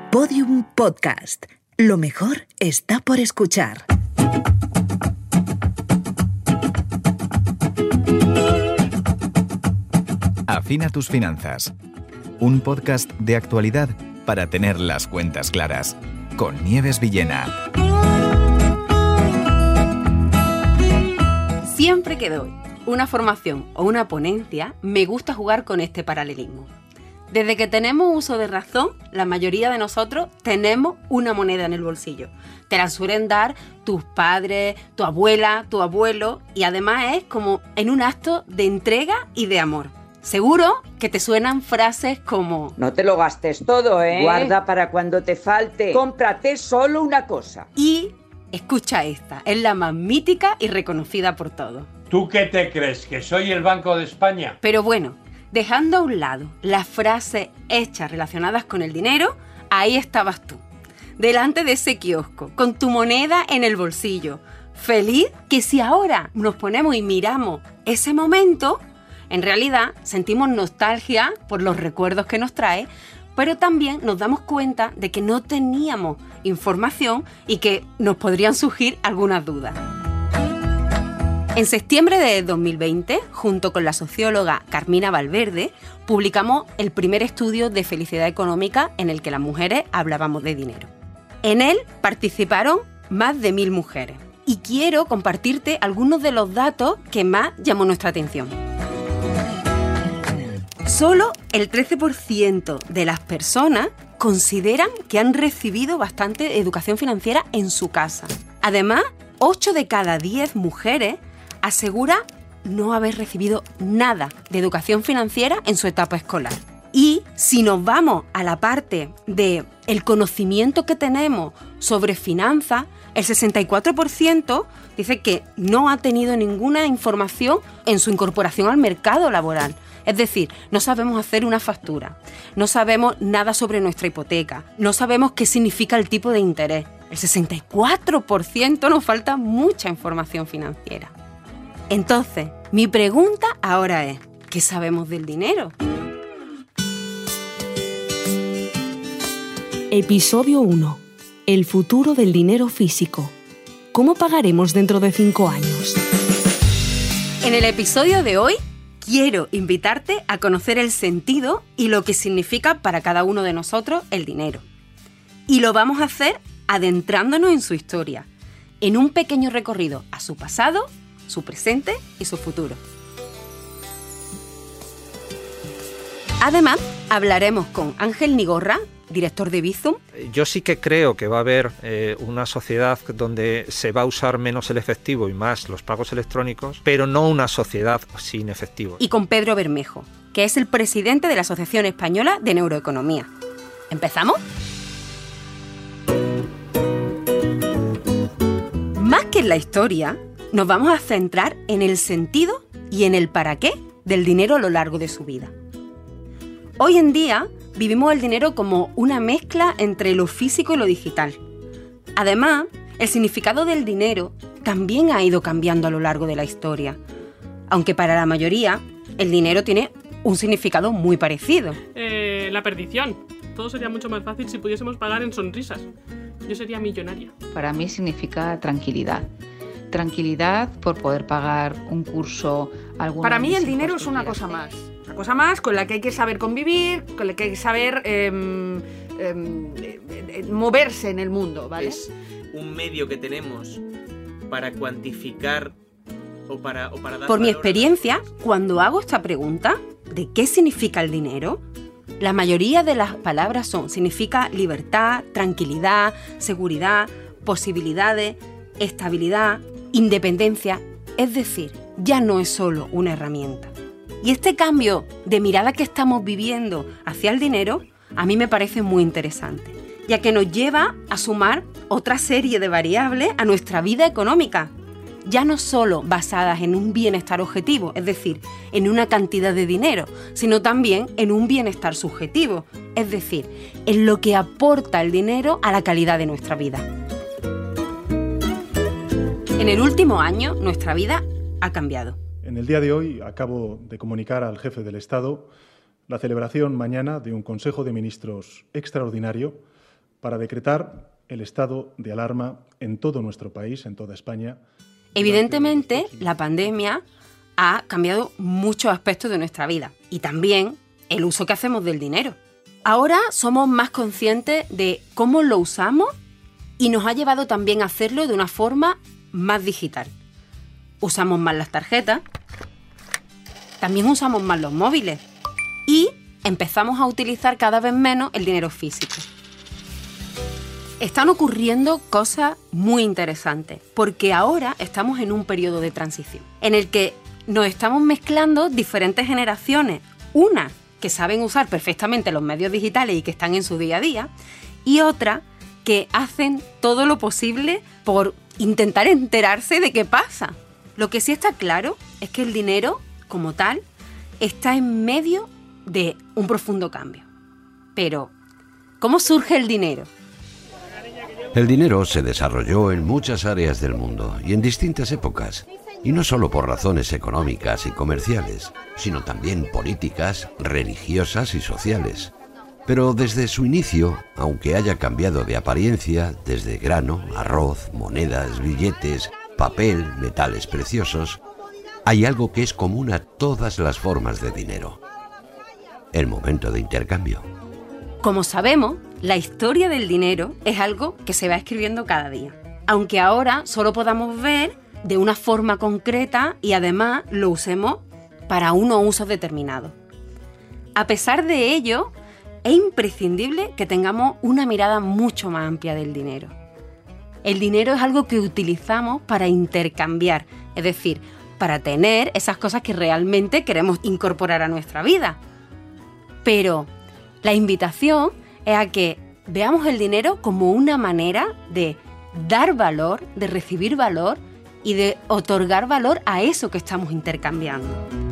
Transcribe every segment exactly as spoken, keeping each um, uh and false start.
Podium Podcast. Lo mejor está por escuchar. Afina tus finanzas. Un podcast de actualidad para tener las cuentas claras. Con Nieves Villena. Siempre que doy una formación o una ponencia, me gusta jugar con este paralelismo. Desde que tenemos uso de razón, la mayoría de nosotros tenemos una moneda en el bolsillo. Te la suelen dar tus padres, tu abuela, tu abuelo, y además es como en un acto de entrega y de amor. Seguro que te suenan frases como: no te lo gastes todo, ¿eh? Guarda para cuando te falte. Cómprate solo una cosa. Y escucha esta, es la más mítica y reconocida por todos. ¿Tú qué te crees? ¿Que soy el Banco de España? Pero bueno, dejando a un lado las frases hechas relacionadas con el dinero, ahí estabas tú, delante de ese kiosco, con tu moneda en el bolsillo, feliz que si ahora nos ponemos y miramos ese momento, en realidad sentimos nostalgia por los recuerdos que nos trae, pero también nos damos cuenta de que no teníamos información y que nos podrían surgir algunas dudas. En septiembre de dos mil veinte, junto con la socióloga Carmina Valverde, publicamos el primer estudio de felicidad económica en el que las mujeres hablábamos de dinero. En él participaron más de mil mujeres y quiero compartirte algunos de los datos que más llamó nuestra atención. Solo el trece por ciento de las personas consideran que han recibido bastante educación financiera en su casa. Además, ocho de cada diez mujeres asegura no haber recibido nada de educación financiera en su etapa escolar. Y si nos vamos a la parte del conocimiento que tenemos sobre finanzas, el sesenta y cuatro por ciento dice que no ha tenido ninguna información en su incorporación al mercado laboral. Es decir, no sabemos hacer una factura, no sabemos nada sobre nuestra hipoteca, no sabemos qué significa el tipo de interés. El sesenta y cuatro por ciento nos falta mucha información financiera. Entonces, mi pregunta ahora es, ¿qué sabemos del dinero? Episodio uno. El futuro del dinero físico. ¿Cómo pagaremos dentro de cinco años? En el episodio de hoy, quiero invitarte a conocer el sentido y lo que significa para cada uno de nosotros el dinero. Y lo vamos a hacer adentrándonos en su historia, en un pequeño recorrido a su pasado, su presente y su futuro. Además, hablaremos con Ángel Nigorra, director de Bizum. Yo sí que creo que va a haber eh, una sociedad donde se va a usar menos el efectivo y más los pagos electrónicos, pero no una sociedad sin efectivo. Y con Pedro Bermejo, que es el presidente de la Asociación Española de Neuroeconomía. ¿Empezamos? Más que en la historia, nos vamos a centrar en el sentido y en el para qué del dinero a lo largo de su vida. Hoy en día vivimos el dinero como una mezcla entre lo físico y lo digital. Además, el significado del dinero también ha ido cambiando a lo largo de la historia, aunque para la mayoría el dinero tiene un significado muy parecido. Eh, la perdición. Todo sería mucho más fácil si pudiésemos pagar en sonrisas. Yo sería millonaria. Para mí significa tranquilidad. Tranquilidad por poder pagar un curso. Para mí el dinero es una cosa más. Una cosa más con la que hay que saber convivir, con la que hay que saber eh, eh, eh, moverse en el mundo, ¿vale? Es un medio que tenemos para cuantificar o para, o para dar Por mi valor experiencia, cuando hago esta pregunta de qué significa el dinero, la mayoría de las palabras son significa libertad, tranquilidad, seguridad, posibilidades, estabilidad, independencia. Es decir, ya no es solo una herramienta. Y este cambio de mirada que estamos viviendo hacia el dinero a mí me parece muy interesante, ya que nos lleva a sumar otra serie de variables a nuestra vida económica, ya no solo basadas en un bienestar objetivo, es decir, en una cantidad de dinero, sino también en un bienestar subjetivo, es decir, en lo que aporta el dinero a la calidad de nuestra vida. En el último año, nuestra vida ha cambiado. En el día de hoy acabo de comunicar al jefe del Estado la celebración mañana de un Consejo de Ministros extraordinario para decretar el estado de alarma en todo nuestro país, en toda España. Evidentemente, la pandemia ha cambiado muchos aspectos de nuestra vida y también el uso que hacemos del dinero. Ahora somos más conscientes de cómo lo usamos y nos ha llevado también a hacerlo de una forma más digital. Usamos más las tarjetas, también usamos más los móviles y empezamos a utilizar cada vez menos el dinero físico. Están ocurriendo cosas muy interesantes, porque ahora estamos en un periodo de transición, en el que nos estamos mezclando diferentes generaciones, unas que saben usar perfectamente los medios digitales y que están en su día a día, y otras que hacen todo lo posible por intentar enterarse de qué pasa. Lo que sí está claro es que el dinero, como tal, está en medio de un profundo cambio. Pero, ¿cómo surge el dinero? El dinero se desarrolló en muchas áreas del mundo y en distintas épocas, y no solo por razones económicas y comerciales, sino también políticas, religiosas y sociales. Pero desde su inicio, aunque haya cambiado de apariencia, desde grano, arroz, monedas, billetes, papel, metales preciosos, hay algo que es común a todas las formas de dinero: el momento de intercambio. Como sabemos, la historia del dinero es algo que se va escribiendo cada día, aunque ahora solo podamos ver de una forma concreta y además lo usemos para unos usos determinados. A pesar de ello, es imprescindible que tengamos una mirada mucho más amplia del dinero. El dinero es algo que utilizamos para intercambiar, es decir, para tener esas cosas que realmente queremos incorporar a nuestra vida. Pero la invitación es a que veamos el dinero como una manera de dar valor, de recibir valor y de otorgar valor a eso que estamos intercambiando.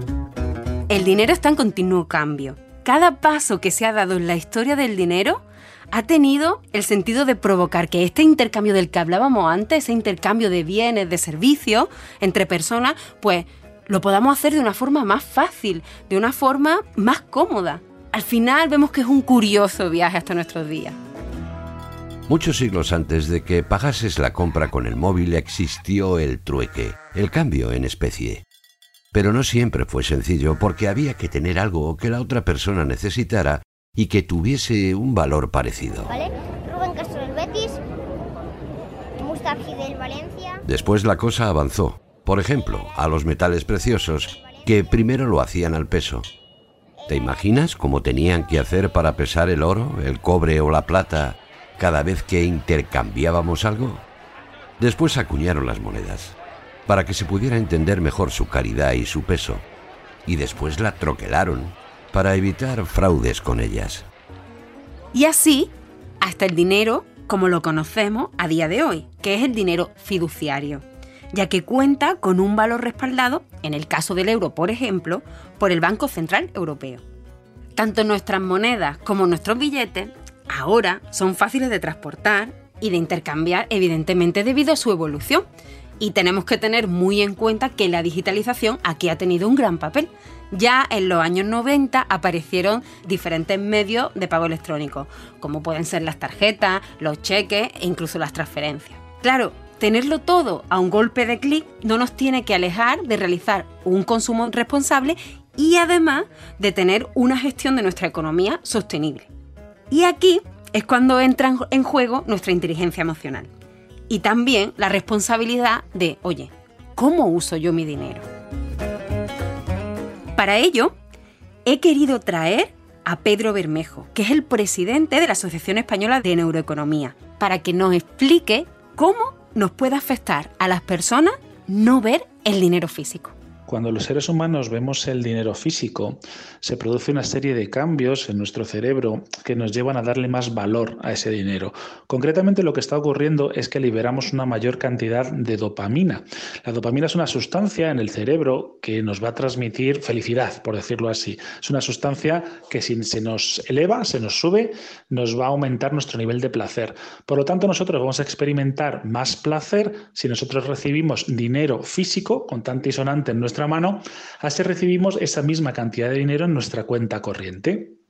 El dinero está en continuo cambio. Cada paso que se ha dado en la historia del dinero ha tenido el sentido de provocar que este intercambio del que hablábamos antes, ese intercambio de bienes, de servicios entre personas, pues lo podamos hacer de una forma más fácil, de una forma más cómoda. Al final vemos que es un curioso viaje hasta nuestros días. Muchos siglos antes de que pagases la compra con el móvil existió el trueque, el cambio en especie. Pero no siempre fue sencillo, porque había que tener algo que la otra persona necesitara y que tuviese un valor parecido. ¿Vale? Rubén Castro del Betis, Mustafi del Valencia. Después la cosa avanzó, por ejemplo, a los metales preciosos, que primero lo hacían al peso. ¿Te imaginas cómo tenían que hacer para pesar el oro, el cobre o la plata cada vez que intercambiábamos algo? Después acuñaron las monedas, para que se pudiera entender mejor su calidad y su peso, y después la troquelaron, para evitar fraudes con ellas. Y así, hasta el dinero como lo conocemos a día de hoy, que es el dinero fiduciario, ya que cuenta con un valor respaldado, en el caso del euro, por ejemplo, por el Banco Central Europeo. Tanto nuestras monedas como nuestros billetes ahora son fáciles de transportar y de intercambiar, evidentemente debido a su evolución. Y tenemos que tener muy en cuenta que la digitalización aquí ha tenido un gran papel. Ya en los años noventa aparecieron diferentes medios de pago electrónico, como pueden ser las tarjetas, los cheques e incluso las transferencias. Claro, tenerlo todo a un golpe de clic no nos tiene que alejar de realizar un consumo responsable y además de tener una gestión de nuestra economía sostenible. Y aquí es cuando entra en juego nuestra inteligencia emocional. Y también la responsabilidad de, oye, ¿cómo uso yo mi dinero? Para ello, he querido traer a Pedro Bermejo, que es el presidente de la Asociación Española de Neuroeconomía, para que nos explique cómo nos puede afectar a las personas no ver el dinero físico. Cuando los seres humanos vemos el dinero físico, se produce una serie de cambios en nuestro cerebro que nos llevan a darle más valor a ese dinero. Concretamente, lo que está ocurriendo es que liberamos una mayor cantidad de dopamina. La dopamina es una sustancia en el cerebro que nos va a transmitir felicidad, por decirlo así. Es una sustancia que si se nos eleva, se nos sube, nos va a aumentar nuestro nivel de placer. Por lo tanto, nosotros vamos a experimentar más placer si nosotros recibimos dinero físico, contante y sonante en nuestra mano, así recibimos esa misma cantidad de dinero en nuestra cuenta corriente.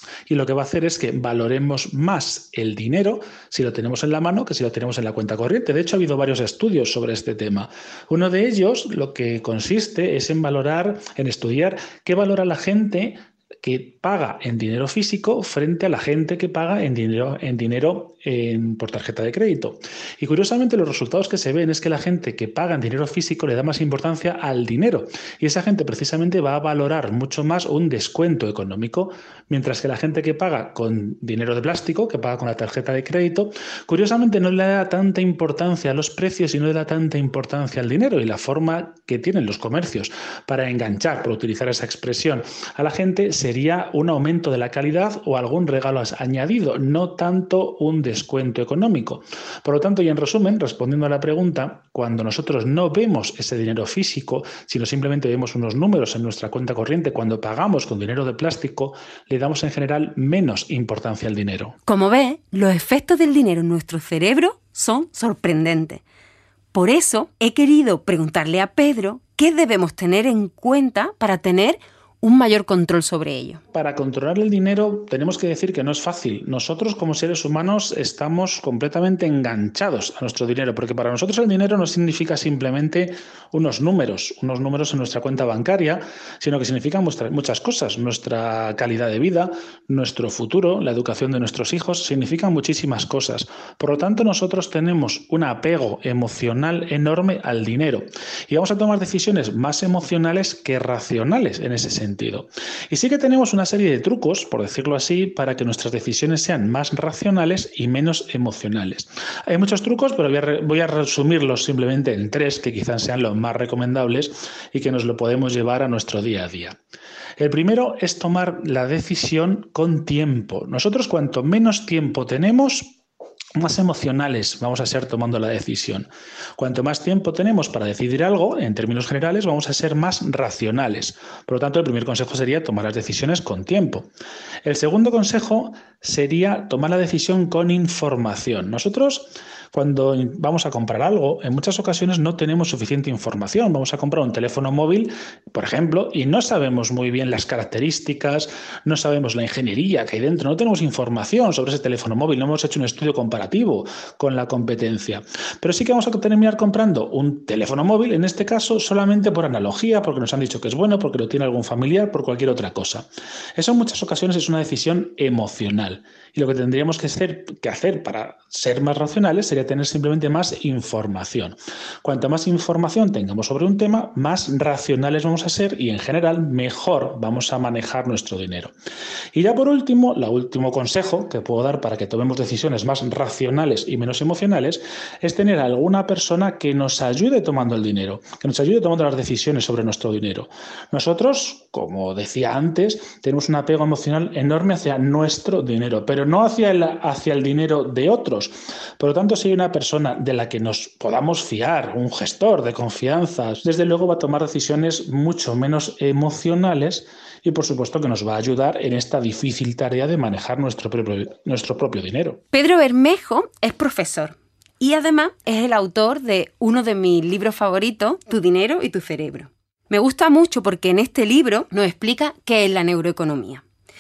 Y lo que va a hacer es que valoremos más el dinero si lo tenemos en la mano que si lo tenemos en la cuenta corriente. De hecho, ha habido varios estudios sobre este tema. Uno de ellos lo que consiste es en valorar, en estudiar qué valora la gente que paga en dinero físico frente a la gente que paga en dinero, en dinero en, por tarjeta de crédito. Y curiosamente los resultados que se ven es que la gente que paga en dinero físico le da más importancia al dinero. Y esa gente precisamente va a valorar mucho más un descuento económico, mientras que la gente que paga con dinero de plástico, que paga con la tarjeta de crédito, curiosamente no le da tanta importancia a los precios y no le da tanta importancia al dinero. Y la forma que tienen los comercios para enganchar, por utilizar esa expresión, a la gente sería un aumento de la calidad o algún regalo añadido, no tanto un descuento económico. Por lo tanto, y en resumen, respondiendo a la pregunta, cuando nosotros no vemos ese dinero físico, sino simplemente vemos unos números en nuestra cuenta corriente, cuando pagamos con dinero de plástico, le damos en general menos importancia al dinero. Como ves, los efectos del dinero en nuestro cerebro son sorprendentes. Por eso he querido preguntarle a Pedro qué debemos tener en cuenta para tener un mayor control sobre ello. Para controlar el dinero tenemos que decir que no es fácil. Nosotros como seres humanos estamos completamente enganchados a nuestro dinero, porque para nosotros el dinero no significa simplemente unos números, unos números en nuestra cuenta bancaria, sino que significan muchas cosas. Nuestra calidad de vida, nuestro futuro, la educación de nuestros hijos, significan muchísimas cosas. Por lo tanto, nosotros tenemos un apego emocional enorme al dinero y vamos a tomar decisiones más emocionales que racionales en ese sentido. Y sí que tenemos una serie de trucos, por decirlo así, para que nuestras decisiones sean más racionales y menos emocionales. Hay muchos trucos, pero voy a, re- voy a resumirlos simplemente en tres, que quizás sean los más recomendables y que nos lo podemos llevar a nuestro día a día. El primero es tomar la decisión con tiempo. Nosotros cuanto menos tiempo tenemos, más emocionales vamos a ser tomando la decisión. Cuanto más tiempo tenemos para decidir algo, en términos generales, vamos a ser más racionales. Por lo tanto, el primer consejo sería tomar las decisiones con tiempo. El segundo consejo sería tomar la decisión con información. Nosotros, cuando vamos a comprar algo, en muchas ocasiones no tenemos suficiente información. Vamos a comprar un teléfono móvil, por ejemplo, y no sabemos muy bien las características, no sabemos la ingeniería que hay dentro, no tenemos información sobre ese teléfono móvil, no hemos hecho un estudio comparativo con la competencia. Pero sí que vamos a terminar comprando un teléfono móvil, en este caso solamente por analogía, porque nos han dicho que es bueno, porque lo tiene algún familiar, por cualquier otra cosa. Eso en muchas ocasiones es una decisión emocional. Y lo que tendríamos que hacer, que hacer para ser más racionales sería tener simplemente más información. Cuanto más información tengamos sobre un tema, más racionales vamos a ser y en general mejor vamos a manejar nuestro dinero. Y ya por último, el último consejo que puedo dar para que tomemos decisiones más racionales y menos emocionales es tener alguna persona que nos ayude tomando el dinero, que nos ayude tomando las decisiones sobre nuestro dinero. Nosotros, como decía antes, tenemos un apego emocional enorme hacia nuestro dinero, pero no hacia el, hacia el dinero de otros. Por lo tanto, si hay una persona de la que nos podamos fiar, un gestor de confianza, desde luego va a tomar decisiones mucho menos emocionales y por supuesto que nos va a ayudar en esta difícil tarea de manejar nuestro propio, nuestro propio dinero. Pedro Bermejo es profesor y además es el autor de uno de mis libros favoritos, Tu dinero y tu cerebro. Me gusta mucho porque en este libro nos explica qué es la neuroeconomía.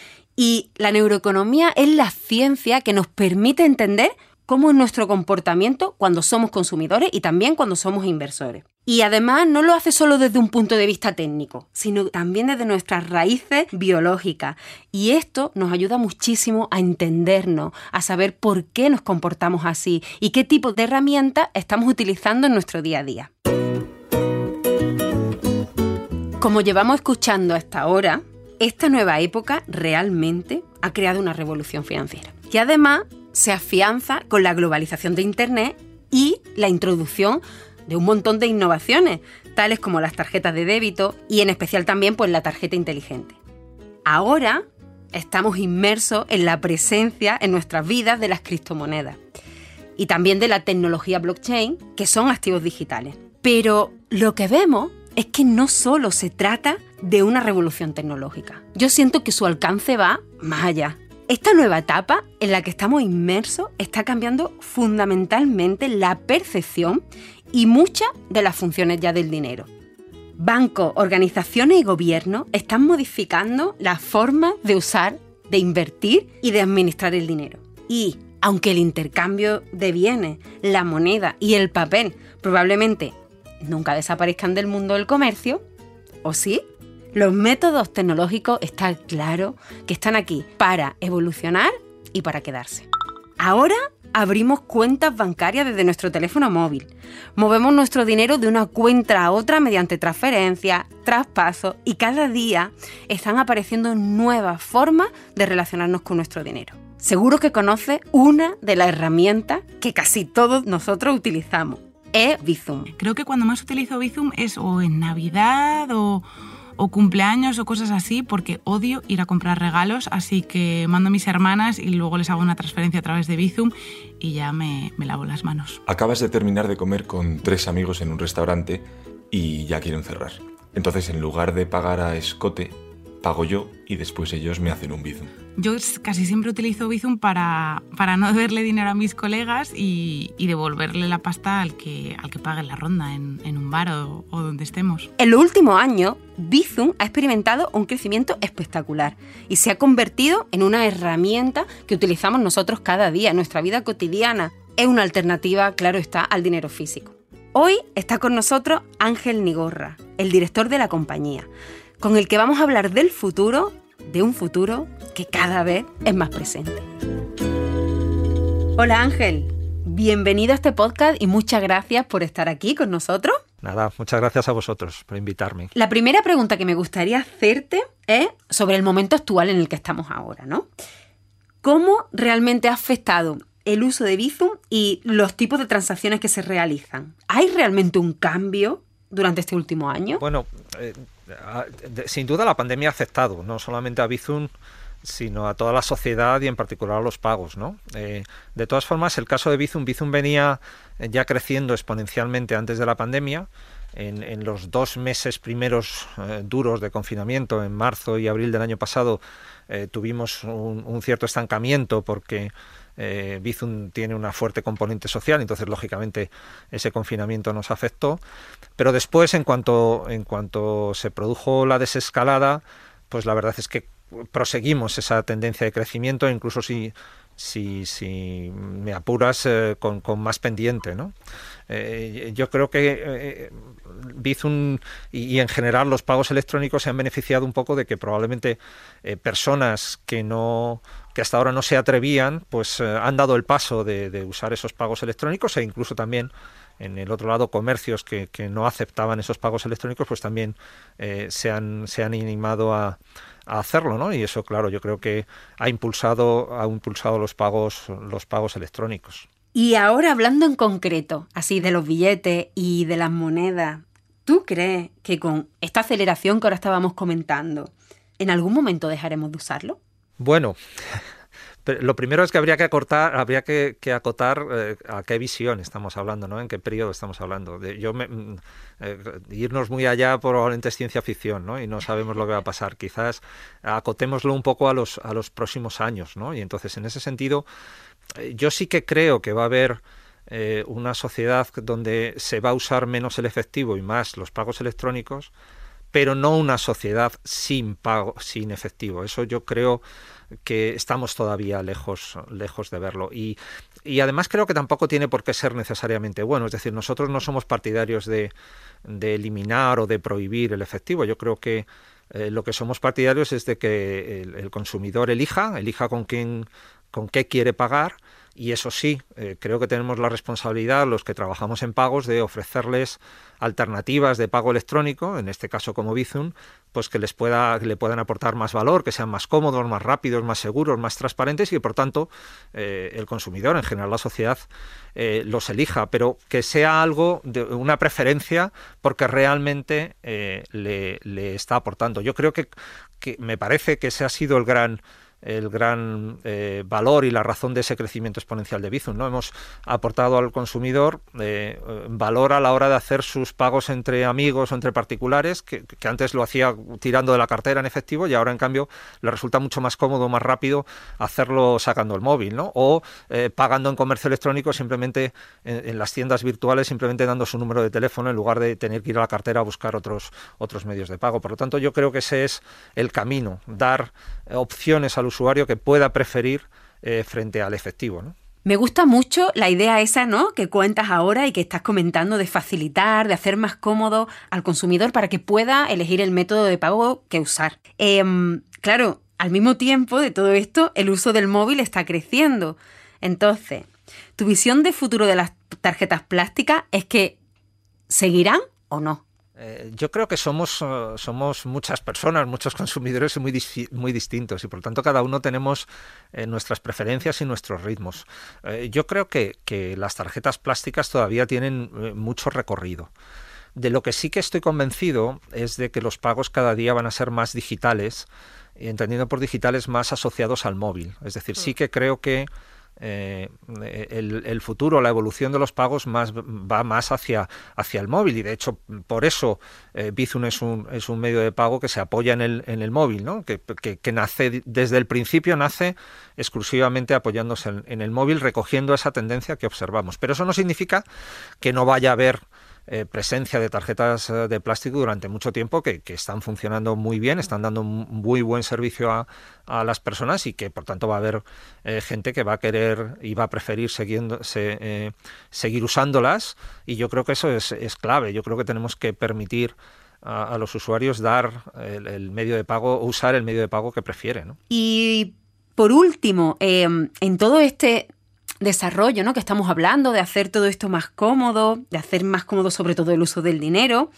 Y la neuroeconomía es la ciencia que nos permite entender cómo es nuestro comportamiento cuando somos consumidores y también cuando somos inversores. Y además no lo hace solo desde un punto de vista técnico, sino también desde nuestras raíces biológicas. Y esto nos ayuda muchísimo a entendernos, a saber por qué nos comportamos así y qué tipo de herramientas estamos utilizando en nuestro día a día. Como llevamos escuchando hasta ahora, esta nueva época realmente ha creado una revolución financiera. Y además se afianza con la globalización de Internet y la introducción de un montón de innovaciones, tales como las tarjetas de débito y en especial también pues, la tarjeta inteligente. Ahora estamos inmersos en la presencia en nuestras vidas de las criptomonedas y también de la tecnología blockchain, que son activos digitales. Pero lo que vemos es que no solo se trata de una revolución tecnológica. Yo siento que su alcance va más allá. Esta nueva etapa en la que estamos inmersos está cambiando fundamentalmente la percepción y muchas de las funciones ya del dinero. Bancos, organizaciones y gobiernos están modificando la forma de usar de invertir y de administrar el dinero. Y aunque el intercambio de bienes, la moneda y el papel probablemente nunca desaparezcan del mundo del comercio, ¿o sí? Los métodos tecnológicos está claro que están aquí para evolucionar y para quedarse. Ahora abrimos cuentas bancarias desde nuestro teléfono móvil. Movemos nuestro dinero de una cuenta a otra mediante transferencias, traspasos y cada día están apareciendo nuevas formas de relacionarnos con nuestro dinero. Seguro que conoces una de las herramientas que casi todos nosotros utilizamos. Es Bizum. Creo que cuando más utilizo Bizum es o en Navidad o... o cumpleaños o cosas así, porque odio ir a comprar regalos, así que mando a mis hermanas y luego les hago una transferencia a través de Bizum y ya me, me lavo las manos. Acabas de terminar de comer con tres amigos en un restaurante y ya quieren cerrar. Entonces, en lugar de pagar a escote, pago yo y después ellos me hacen un Bizum. Yo casi siempre utilizo Bizum para, para no deberle dinero a mis colegas y, y devolverle la pasta al que, al que pague la ronda en, en un bar o, o donde estemos. En los últimos años, Bizum ha experimentado un crecimiento espectacular y se ha convertido en una herramienta que utilizamos nosotros cada día en nuestra vida cotidiana. Es una alternativa, claro está, al dinero físico. Hoy está con nosotros Ángel Nigorra, el director de la compañía, con el que vamos a hablar del futuro, de un futuro que cada vez es más presente. Hola Ángel, bienvenido a este podcast y muchas gracias por estar aquí con nosotros. Nada, muchas gracias a vosotros por invitarme. La primera pregunta que me gustaría hacerte es sobre el momento actual en el que estamos ahora, ¿no? ¿Cómo realmente ha afectado el uso de Bizum y los tipos de transacciones que se realizan? ¿Hay realmente un cambio durante este último año? Bueno, eh, sin duda la pandemia ha afectado no solamente a Bizum, sino a toda la sociedad y en particular a los pagos, ¿no? Eh, de todas formas, el caso de Bizum, Bizum venía ya creciendo exponencialmente antes de la pandemia. En, en los dos meses primeros eh, duros de confinamiento, en marzo y abril del año pasado, eh, tuvimos un, un cierto estancamiento porque Eh, Bizum tiene una fuerte componente social, entonces lógicamente ese confinamiento nos afectó, pero después en cuanto, en cuanto se produjo la desescalada, pues la verdad es que proseguimos esa tendencia de crecimiento, incluso si, si, si me apuras eh, con, con más pendiente, ¿no? Eh, yo creo que eh, Bizum y, y en general los pagos electrónicos se han beneficiado un poco de que probablemente eh, personas que no que hasta ahora no se atrevían, pues eh, han dado el paso de, de usar esos pagos electrónicos, e incluso también en el otro lado comercios que, que no aceptaban esos pagos electrónicos, pues también eh, se han se han animado a, a hacerlo, ¿no? Y eso, claro, yo creo que ha impulsado ha impulsado los pagos los pagos electrónicos. Y ahora hablando en concreto, así de los billetes y de las monedas, ¿tú crees que con esta aceleración que ahora estábamos comentando, en algún momento dejaremos de usarlo? Bueno, lo primero es que habría que acortar, habría que, que acotar eh, a qué visión estamos hablando, ¿no? En qué periodo estamos hablando. De, yo me, eh, irnos muy allá probablemente es ciencia ficción, ¿no? Y no sabemos lo que va a pasar. Quizás acotémoslo un poco a los a los próximos años, ¿no? Y entonces en ese sentido eh, yo sí que creo que va a haber eh, una sociedad donde se va a usar menos el efectivo y más los pagos electrónicos, pero no una sociedad sin pago, sin efectivo. Eso yo creo que estamos todavía lejos, lejos de verlo. Y, y además creo que tampoco tiene por qué ser necesariamente bueno. Es decir, nosotros no somos partidarios de, de eliminar o de prohibir el efectivo. Yo creo que eh, lo que somos partidarios es de que el, el consumidor elija, elija con quién, con qué quiere pagar. Y eso sí, eh, creo que tenemos la responsabilidad, los que trabajamos en pagos, de ofrecerles alternativas de pago electrónico, en este caso como Bizum, pues que les pueda, que le puedan aportar más valor, que sean más cómodos, más rápidos, más seguros, más transparentes y que por tanto eh, el consumidor, en general la sociedad, eh, los elija, pero que sea algo de una preferencia porque realmente eh, le, le está aportando. Yo creo que, que me parece que ese ha sido el gran el gran eh, valor y la razón de ese crecimiento exponencial de Bizum, ¿no? Hemos aportado al consumidor eh, valor a la hora de hacer sus pagos entre amigos o entre particulares, que, que antes lo hacía tirando de la cartera en efectivo y ahora en cambio le resulta mucho más cómodo, más rápido hacerlo sacando el móvil, ¿no? O eh, pagando en comercio electrónico simplemente en, en las tiendas virtuales, simplemente dando su número de teléfono en lugar de tener que ir a la cartera a buscar otros, otros medios de pago. Por lo tanto, yo creo que ese es el camino, dar eh, opciones al usuario usuario que pueda preferir eh, frente al efectivo, ¿no? Me gusta mucho la idea esa, ¿no?, que cuentas ahora y que estás comentando de facilitar, de hacer más cómodo al consumidor para que pueda elegir el método de pago que usar. Eh, claro, al mismo tiempo de todo esto, el uso del móvil está creciendo. Entonces, ¿tu visión de futuro de las tarjetas plásticas es que seguirán o no? Eh, yo creo que somos, uh, somos muchas personas, muchos consumidores muy, dis- muy distintos y por tanto cada uno tenemos eh, nuestras preferencias y nuestros ritmos. Eh, yo creo que, que las tarjetas plásticas todavía tienen eh, mucho recorrido. De lo que sí que estoy convencido es de que los pagos cada día van a ser más digitales, entendiendo por digitales más asociados al móvil. Es decir, sí que creo que Eh, el, el futuro, la evolución de los pagos más va más hacia, hacia el móvil y de hecho por eso eh, Bizum es un, es un medio de pago que se apoya en el, en el móvil, ¿no? que, que, que nace desde el principio, nace exclusivamente apoyándose en, en el móvil, recogiendo esa tendencia que observamos. Pero eso no significa que no vaya a haber Eh, presencia de tarjetas eh, de plástico durante mucho tiempo que, que están funcionando muy bien, están dando un muy buen servicio a, a las personas y que por tanto va a haber eh, gente que va a querer y va a preferir siguiendo, se, eh, seguir usándolas y yo creo que eso es, es clave. Yo creo que tenemos que permitir a, a los usuarios dar el, el medio de pago, usar el medio de pago que prefieren, ¿no? Y por último, eh, en todo este desarrollo, ¿no?, que estamos hablando, de hacer todo esto más cómodo, de hacer más cómodo sobre todo el uso del dinero,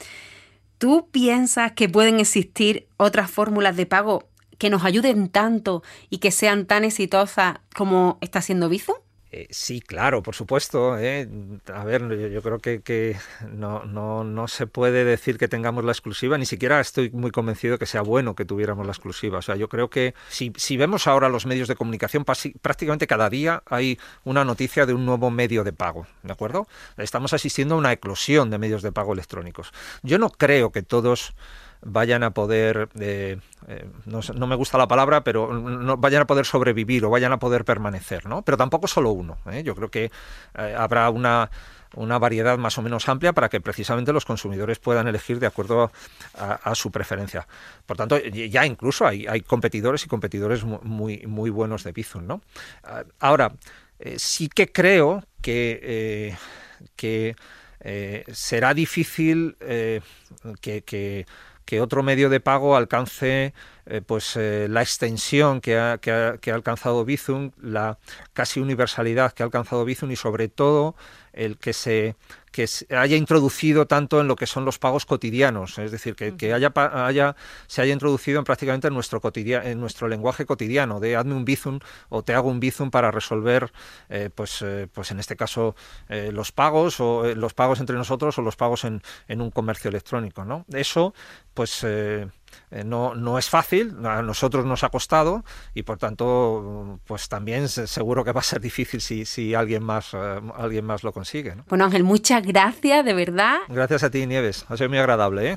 ¿tú piensas que pueden existir otras fórmulas de pago que nos ayuden tanto y que sean tan exitosas como está haciendo Bizum? Eh, sí, claro, por supuesto. ¿eh? A ver, yo, yo creo que, que no, no, no se puede decir que tengamos la exclusiva, ni siquiera estoy muy convencido de que sea bueno que tuviéramos la exclusiva. O sea, yo creo que si, si vemos ahora los medios de comunicación, prácticamente cada día hay una noticia de un nuevo medio de pago, ¿de acuerdo? Estamos asistiendo a una eclosión de medios de pago electrónicos. Yo no creo que todos vayan a poder, eh, eh, no, no me gusta la palabra, pero no vayan a poder sobrevivir o vayan a poder permanecer, ¿no? Pero tampoco solo uno, ¿eh? Yo creo que eh, habrá una, una variedad más o menos amplia para que precisamente los consumidores puedan elegir de acuerdo a, a su preferencia. Por tanto, ya incluso hay, hay competidores y competidores muy, muy buenos de Bizum, ¿no? Ahora, eh, sí que creo que... Eh, que eh, será difícil eh, que... que que otro medio de pago alcance eh, pues eh, la extensión que ha, que, ha, que ha alcanzado Bizum, la casi universalidad que ha alcanzado Bizum y sobre todo el que se que se haya introducido tanto en lo que son los pagos cotidianos, es decir, que, que haya, haya se haya introducido en prácticamente en nuestro cotidiano, en nuestro lenguaje cotidiano, de hazme un Bizum o te hago un Bizum para resolver, eh, pues, eh, pues en este caso eh, los pagos o eh, los pagos entre nosotros o los pagos en, en un comercio electrónico, ¿no? Eso, pues eh, Eh, no, no es fácil, a nosotros nos ha costado y por tanto pues también seguro que va a ser difícil si, si alguien más eh, alguien más lo consigue, ¿no? Bueno, Ángel, muchas gracias, de verdad. Gracias a ti, Nieves, ha sido muy agradable, ¿eh?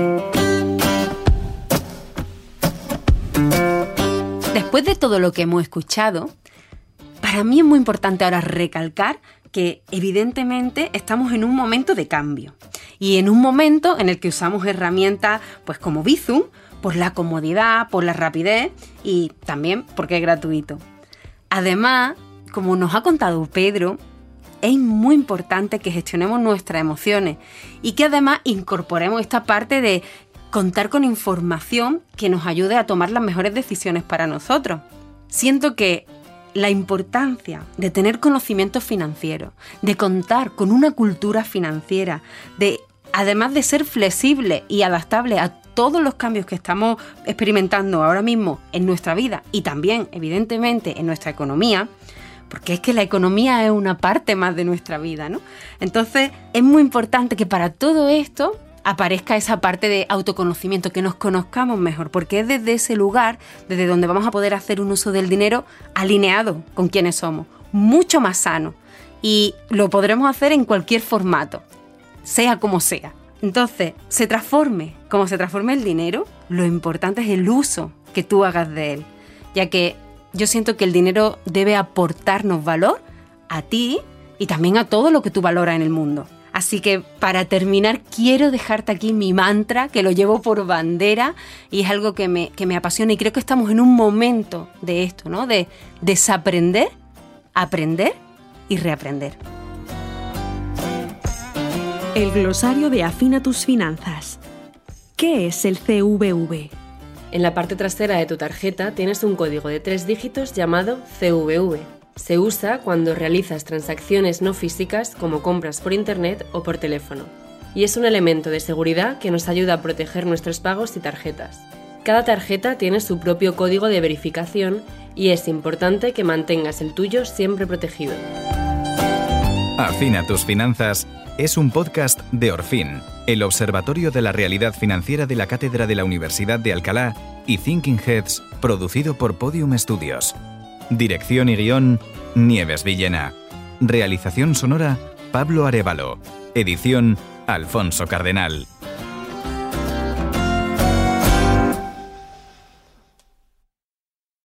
Después de todo lo que hemos escuchado, para mí es muy importante ahora recalcar que evidentemente estamos en un momento de cambio y en un momento en el que usamos herramientas pues como Bizum por la comodidad, por la rapidez y también porque es gratuito. Además, como nos ha contado Pedro, es muy importante que gestionemos nuestras emociones y que además incorporemos esta parte de contar con información que nos ayude a tomar las mejores decisiones para nosotros. Siento que la importancia de tener conocimiento financiero, de contar con una cultura financiera, de además de ser flexible y adaptable a todos los cambios que estamos experimentando ahora mismo en nuestra vida y también, evidentemente, en nuestra economía, porque es que la economía es una parte más de nuestra vida, ¿no? Entonces, es muy importante que para todo esto aparezca esa parte de autoconocimiento, que nos conozcamos mejor, porque es desde ese lugar, desde donde vamos a poder hacer un uso del dinero alineado con quienes somos, mucho más sano. Y lo podremos hacer en cualquier formato, sea como sea. Entonces, se transforme como se transforme el dinero, lo importante es el uso que tú hagas de él, ya que yo siento que el dinero debe aportarnos valor a ti y también a todo lo que tú valoras en el mundo. Así que para terminar quiero dejarte aquí mi mantra, que lo llevo por bandera y es algo que me, que me apasiona y creo que estamos en un momento de esto, ¿no? De desaprender, aprender y reaprender. El glosario de Afina tus finanzas. ¿Qué es el C V V? En la parte trasera de tu tarjeta tienes un código de tres dígitos llamado C V V. Se usa cuando realizas transacciones no físicas como compras por internet o por teléfono. Y es un elemento de seguridad que nos ayuda a proteger nuestros pagos y tarjetas. Cada tarjeta tiene su propio código de verificación y es importante que mantengas el tuyo siempre protegido. Afina tus finanzas es un podcast de Orfin, el Observatorio de la Realidad Financiera de la Cátedra de la Universidad de Alcalá y Thinking Heads, producido por Podium Studios. Dirección y guión, Nieves Villena. Realización sonora, Pablo Arévalo. Edición, Alfonso Cardenal.